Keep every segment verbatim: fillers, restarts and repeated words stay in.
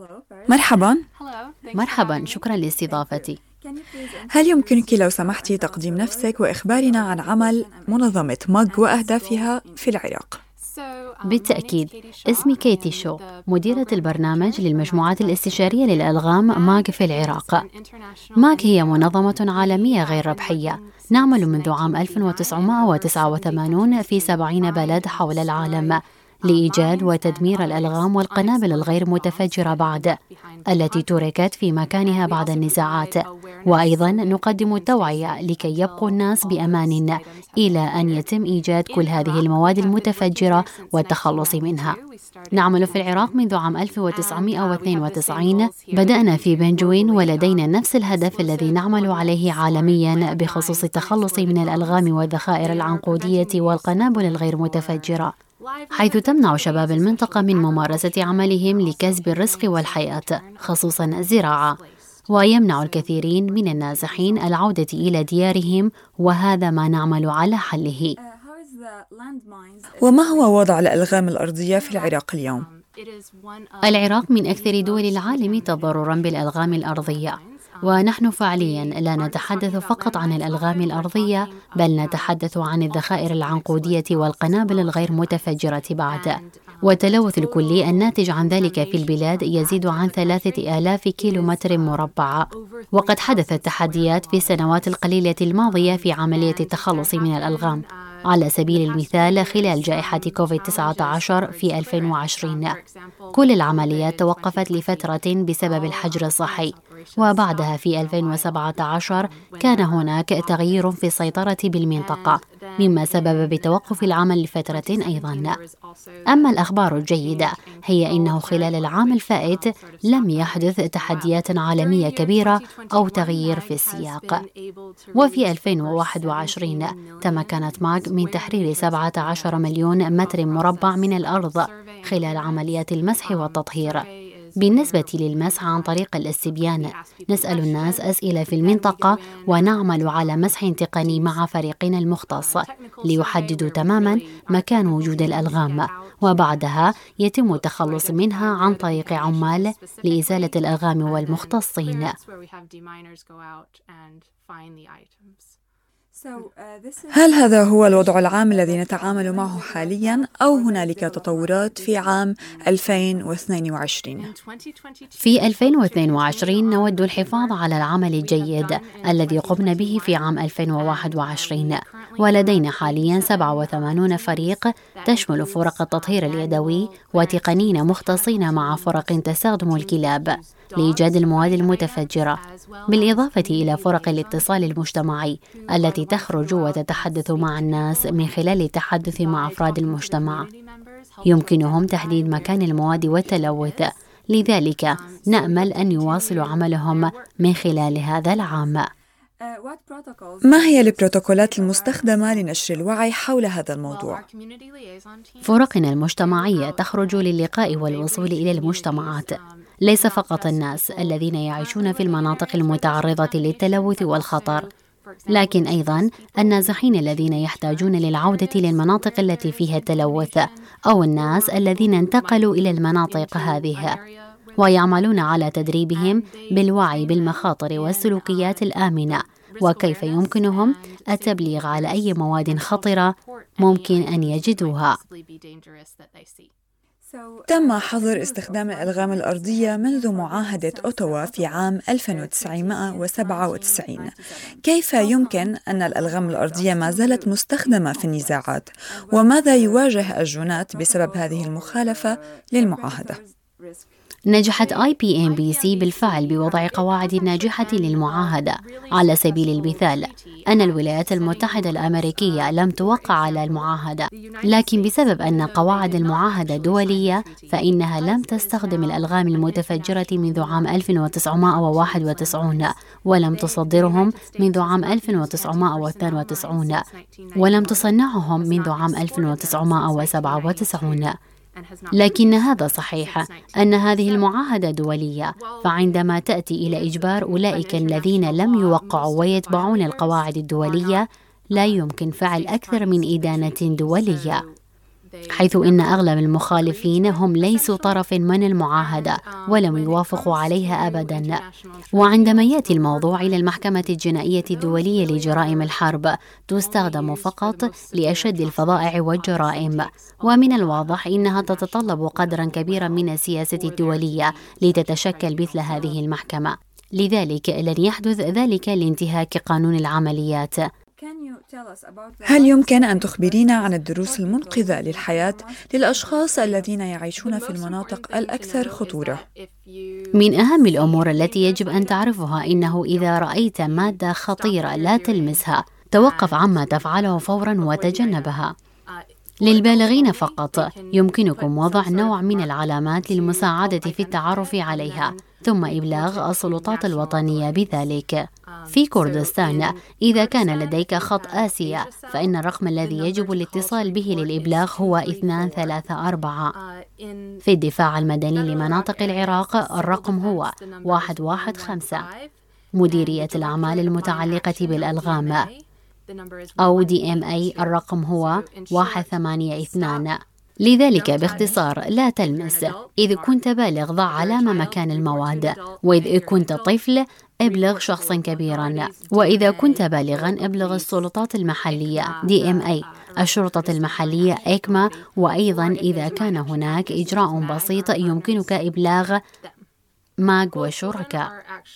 مرحبا. مرحبا، شكرا لاستضافتي. هل يمكنك لو سمحتي تقديم نفسك وإخبارنا عن عمل منظمة ماغ وأهدافها في العراق؟ بالتأكيد، اسمي كيتي شو، مديرة البرنامج للمجموعات الاستشارية للألغام ماغ في العراق. ماغ هي منظمة عالمية غير ربحية، نعمل منذ عام ألف وتسعمائة وتسعة وثمانين في سبعين بلد حول العالم لإيجاد وتدمير الألغام والقنابل الغير متفجرة بعد التي تركت في مكانها بعد النزاعات، وأيضا نقدم التوعية لكي يبقوا الناس بأمان إلى أن يتم إيجاد كل هذه المواد المتفجرة والتخلص منها. نعمل في العراق منذ عام ألف وتسعمائة واثنين وتسعين، بدأنا في بنجوين ولدينا نفس الهدف الذي نعمل عليه عالميا بخصوص التخلص من الألغام والذخائر العنقودية والقنابل الغير متفجرة، حيث تمنع شباب المنطقة من ممارسة عملهم لكسب الرزق والحياة، خصوصا الزراعة، ويمنع الكثيرين من النازحين العودة إلى ديارهم، وهذا ما نعمل على حله. وما هو وضع الألغام الأرضية في العراق اليوم؟ العراق من أكثر دول العالم تضررا بالألغام الأرضية، ونحن فعليا لا نتحدث فقط عن الألغام الأرضية، بل نتحدث عن الذخائر العنقودية والقنابل الغير متفجرة بعد، والتلوث الكلي الناتج عن ذلك في البلاد يزيد عن ثلاثة آلاف كيلومتر مربع. وقد حدثت تحديات في السنوات القليلة الماضية في عملية التخلص من الألغام، على سبيل المثال خلال جائحة كوفيد تسعة عشر في ألفين وعشرين كل العمليات توقفت لفترة بسبب الحجر الصحي، وبعدها في ألفين وسبعة عشر كان هناك تغيير في السيطرة بالمنطقة، مما سبب بتوقف العمل لفترة أيضا. أما الأخبار الجيدة هي أنه خلال العام الفائت لم يحدث تحديات عالمية كبيرة أو تغيير في السياق. وفي ألفين وواحد وعشرين تمكنت ماغ من تحرير سبعة عشر مليون متر مربع من الأرض خلال عمليات المسح والتطهير. بالنسبة للمسح عن طريق الاستبيان، نسأل الناس أسئلة في المنطقة ونعمل على مسح تقني مع فريقنا المختص ليحددوا تماما مكان وجود الألغام، وبعدها يتم التخلص منها عن طريق عمال لإزالة الألغام والمختصين. هل هذا هو الوضع العام الذي نتعامل معه حالياً أو هنالك تطورات في عام ألفين واثنين وعشرين؟ في ألفين واثنين وعشرين نود الحفاظ على العمل الجيد الذي قمنا به في عام ألفين وواحد وعشرين، ولدينا حالياً سبعة وثمانين فريق تشمل فرق التطهير اليدوي وتقنيين مختصين مع فرق تستخدم الكلاب لإيجاد المواد المتفجرة، بالإضافة إلى فرق الاتصال المجتمعي التي تخرج وتتحدث مع الناس من خلال التحدث مع أفراد المجتمع. يمكنهم تحديد مكان المواد والتلوث، لذلك نأمل أن يواصلوا عملهم من خلال هذا العام. ما هي البروتوكولات المستخدمة لنشر الوعي حول هذا الموضوع؟ فرقنا المجتمعية تخرج للقاء والوصول إلى المجتمعات، ليس فقط الناس الذين يعيشون في المناطق المتعرضة للتلوث والخطر، لكن أيضاً النازحين الذين يحتاجون للعودة للمناطق التي فيها التلوث، أو الناس الذين انتقلوا إلى المناطق هذه، ويعملون على تدريبهم بالوعي بالمخاطر والسلوكيات الآمنة، وكيف يمكنهم التبليغ على أي مواد خطرة ممكن أن يجدوها. تم حظر استخدام الألغام الأرضية منذ معاهدة أوتوا في عام ألف وتسعمائة وسبعة وتسعين. كيف يمكن أن الألغام الأرضية ما زالت مستخدمة في النزاعات؟ وماذا يواجه الجنات بسبب هذه المخالفة للمعاهدة؟ نجحت آي بي إم بي سي بالفعل بوضع قواعد ناجحة للمعاهدة. على سبيل المثال، أن الولايات المتحدة الأمريكية لم توقع على المعاهدة، لكن بسبب أن قواعد المعاهدة دولية فإنها لم تستخدم الألغام المتفجرة منذ عام ألف وتسعمائة وواحد وتسعين، ولم تصدرهم منذ عام ألف وتسعمائة واثنين وتسعين، ولم تصنعهم منذ عام ألف وتسعمائة وسبعة وتسعين. لكن هذا صحيح أن هذه المعاهدة دولية، فعندما تأتي إلى إجبار أولئك الذين لم يوقعوا ويتبعون القواعد الدولية لا يمكن فعل أكثر من إدانة دولية. حيث إن أغلب المخالفين هم ليسوا طرف من المعاهدة ولم يوافقوا عليها أبداً. وعندما يأتي الموضوع إلى المحكمة الجنائية الدولية لجرائم الحرب تستخدم فقط لأشد الفظائع والجرائم، ومن الواضح إنها تتطلب قدراً كبيراً من السياسة الدولية لتتشكل مثل هذه المحكمة، لذلك لن يحدث ذلك لانتهاك قانون العمليات. هل يمكن أن تخبرينا عن الدروس المنقذة للحياة للأشخاص الذين يعيشون في المناطق الأكثر خطورة؟ من أهم الأمور التي يجب أن تعرفها إنه إذا رأيت مادة خطيرة لا تلمسها، توقف عما تفعله فوراً وتجنبها. للبالغين فقط يمكنكم وضع نوع من العلامات للمساعدة في التعرف عليها، ثم إبلاغ السلطات الوطنية بذلك. في كردستان إذا كان لديك خط آسيا فإن الرقم الذي يجب الاتصال به للإبلاغ هو اثنان ثلاثة أربعة. في الدفاع المدني لمناطق العراق الرقم هو واحد واحد خمسة. مديرية الأعمال المتعلقة بالألغام أو دي إم إيه الرقم هو واحد ثمانية اثنان. لذلك باختصار لا تلمس. إذ كنت بالغ ضع علامة مكان المواد، وإذ كنت طفل ابلغ شخصا كبيرا، وإذا كنت بالغا ابلغ السلطات المحلية دي إم إيه، الشرطة المحلية إكما، وأيضا إذا كان هناك إجراء بسيط يمكنك إبلاغ ماغ وشركاء.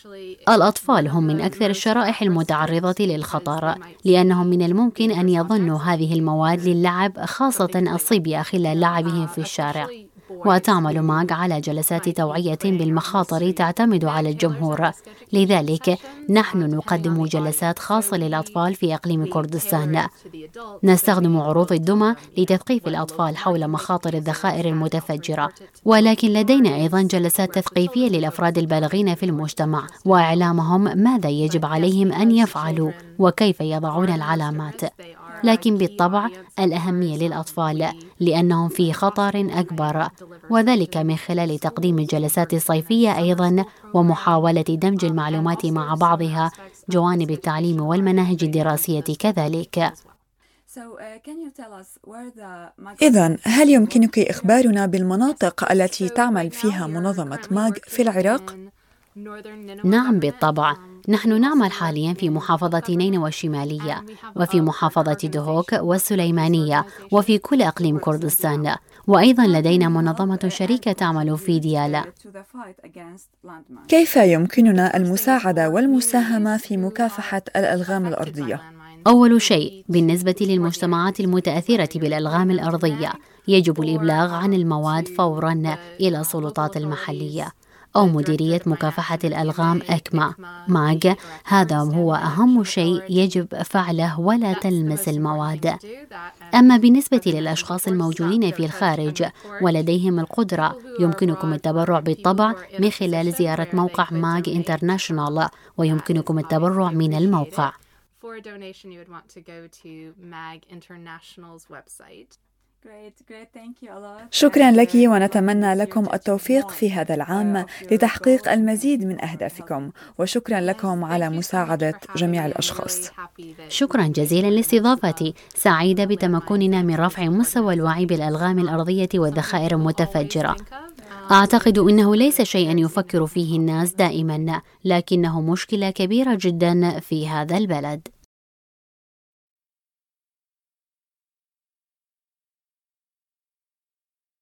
الأطفال هم من أكثر الشرائح المتعرضة للخطر، لأنهم من الممكن أن يظنوا هذه المواد للعب، خاصة الصبية خلال لعبهم في الشارع. وتعمل ماغ على جلسات توعية بالمخاطر تعتمد على الجمهور، لذلك نحن نقدم جلسات خاصة للأطفال في إقليم كردستان. نستخدم عروض الدمى لتثقيف الأطفال حول مخاطر الذخائر المتفجرة، ولكن لدينا أيضا جلسات تثقيفية للأفراد البالغين في المجتمع وإعلامهم ماذا يجب عليهم أن يفعلوا وكيف يضعون العلامات. لكن بالطبع الأهمية للأطفال لأنهم في خطر أكبر، وذلك من خلال تقديم الجلسات الصيفية أيضا ومحاولة دمج المعلومات مع بعضها جوانب التعليم والمناهج الدراسية كذلك. إذن هل يمكنك إخبارنا بالمناطق التي تعمل فيها منظمة ماغ في العراق؟ نعم بالطبع، نحن نعمل حاليا في محافظة نينوى الشمالية، وفي محافظة دهوك والسليمانية، وفي كل أقليم كردستان، وأيضا لدينا منظمة شريكة تعمل في ديالى. كيف يمكننا المساعدة والمساهمة في مكافحة الألغام الأرضية؟ أول شيء بالنسبة للمجتمعات المتأثرة بالألغام الأرضية يجب الإبلاغ عن المواد فورا إلى السلطات المحلية أو مديرية مكافحة الألغام إكما ماغ. هذا هو أهم شيء يجب فعله، ولا تلمس المواد. أما بالنسبة للأشخاص الموجودين في الخارج ولديهم القدرة، يمكنكم التبرع بالطبع من خلال زيارة موقع ماغ انترناشونال، ويمكنكم التبرع من الموقع. شكرا لك، ونتمنى لكم التوفيق في هذا العام لتحقيق المزيد من أهدافكم، وشكرا لكم على مساعدة جميع الأشخاص. شكرا جزيلا لاستضافتي، سعيدة بتمكننا من رفع مستوى الوعي بالألغام الأرضية والذخائر المتفجرة. أعتقد أنه ليس شيئا يفكر فيه الناس دائما، لكنه مشكلة كبيرة جدا في هذا البلد.